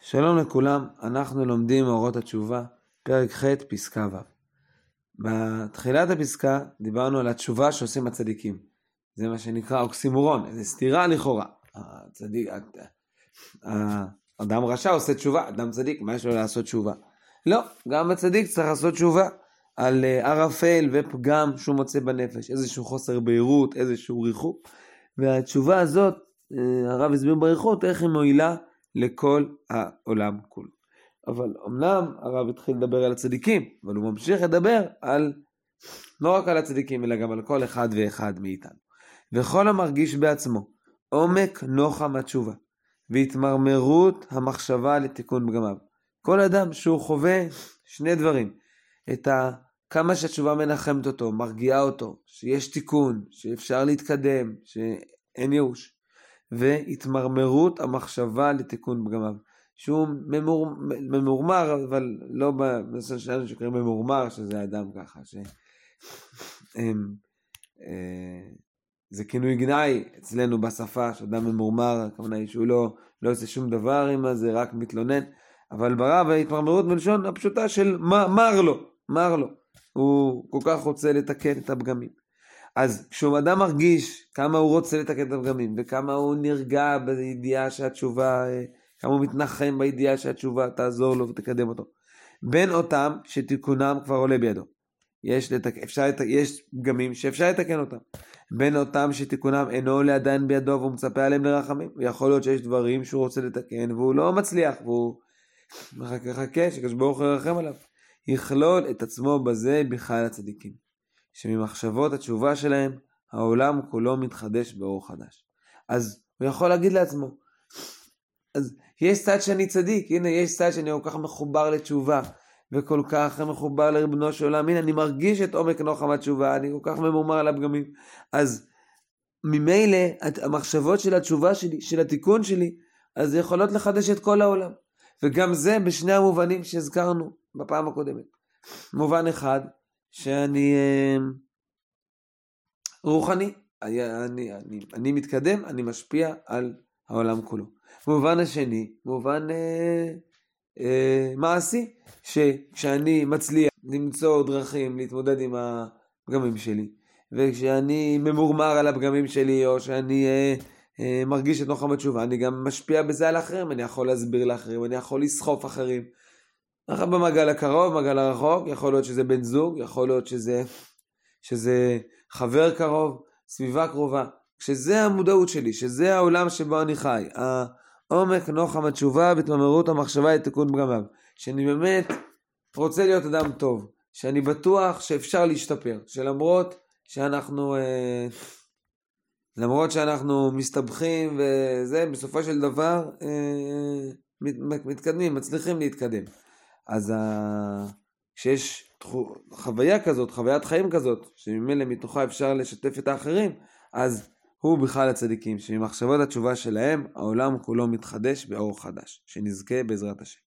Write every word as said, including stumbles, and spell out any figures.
שלום לכולם, אנחנו לומדים מאורות התשובה, פרק ח' פסקה ו'. בתחילת הפסקה דיברנו על התשובה שעושים הצדיקים. זה מה שנקרא אוקסימורון, זה סתירה לכאורה. הצדיק, אדם רשע עושה תשובה, אדם צדיק, מה יש לו לעשות תשובה? לא, גם הצדיק צריך לעשות תשובה על ערפל ופגם שהוא מוצא בנפש, איזשהו חוסר בהירות, איזשהו ריחוק. והתשובה הזאת, הרב הסביר באריכות, איך היא מועילה לכל העולם כולו. אבל אמנם הרב התחיל לדבר על הצדיקים, אבל הוא ממשיך לדבר על, לא רק על הצדיקים, אלא גם על כל אחד ואחד מאיתנו. וכל המרגיש בעצמו עומק נוחם התשובה, והתמרמרות המחשבה לתיקון פגמיו. כל אדם שהוא חווה שני דברים, את ה... כמה שהתשובה מנחמת אותו, מרגיעה אותו, שיש תיקון, שאפשר להתקדם, שאין ייאוש. והתמרמרות המחשבה לתיקון פגמיו, שהוא ממור, ממורמר, אבל לא בנושא שלנו שקוראים ממורמר, שזה האדם ככה, ש... זה כינוי גנאי אצלנו בשפה, שאדם ממורמר, הכוונה היא שהוא לא, לא עושה שום דבר עם זה, רק מתלונן, אבל ברב ההתמרמרות מלשון הפשוטה של מר לו, מר לו, הוא כל כך רוצה לתקן את הפגמים. אז כשהוא אדם מרגיש כמה הוא רוצה לתקן את הפגמים, וכמה הוא נרגע בידיעה שהתשובה, כמה הוא מתנחם בידיעה שהתשובה תעזור לו ותקדם אותו. בין אותם שתיקונם כבר עולה בידו. יש, לתק... אפשר לת... יש פגמים שאפשר לתקן אותם. בין אותם שתיקונם אינו עולה עדיין בידו והוא מצפה עליהם לרחמים. ויכול להיות שיש דברים שהוא רוצה לתקן והוא לא מצליח, והוא מחכה חכה שקדוש ברוך הוא ירחם עליו. יכלול את עצמו בזה בכלל הצדיקים. שממחשבות התשובה שלהם, העולם כולו מתחדש באור חדש. אז הוא יכול להגיד לעצמו, אז יש צד שאני צדיק, הנה יש צד שאני כל כך מחובר לתשובה, וכל כך מחובר לריבונו של עולם, הנה אני מרגיש את עומק נוחם התשובה, אני כל כך ממורמר על הפגמים, אז ממילא המחשבות של התשובה שלי, של התיקון שלי, אז זה יכולות לחדש את כל העולם. וגם זה בשני המובנים שהזכרנו בפעם הקודמת. מובן אחד, שאני רוחני, אני, אני, אני, אני מתקדם, אני משפיע על העולם כולו. מובן השני, מובן אה, אה, מעשי, שכשאני מצליח למצוא דרכים להתמודד עם הפגמים שלי, וכשאני ממורמר על הפגמים שלי, או שאני אה, אה, מרגיש את נוחם התשובה, אני גם משפיע בזה על אחרים, אני יכול להסביר לאחרים, אני יכול לסחוף אחרים, אחר במעגל הקרוב, במעגל הרחוק, יכול להיות שזה בן זוג, יכול להיות שזה, שזה חבר קרוב, סביבה קרובה. כשזה המודעות שלי, שזה העולם שבו אני חי, העומק נוחם התשובה בתמרמרות המחשבה לתיקון פגמיו, שאני באמת רוצה להיות אדם טוב, שאני בטוח שאפשר להשתפר, שלמרות שאנחנו, אה, למרות שאנחנו מסתבכים וזה, בסופו של דבר אה, מת, מתקדמים, מצליחים להתקדם. אז כשיש חוויה כזאת, חוויית חיים כזאת, שממילא מתוכה אפשר לשתף את האחרים, אז הוא בכלל הצדיקים, שממחשבות התשובה שלהם, העולם כולו מתחדש באור חדש, שנזכה בעזרת השם.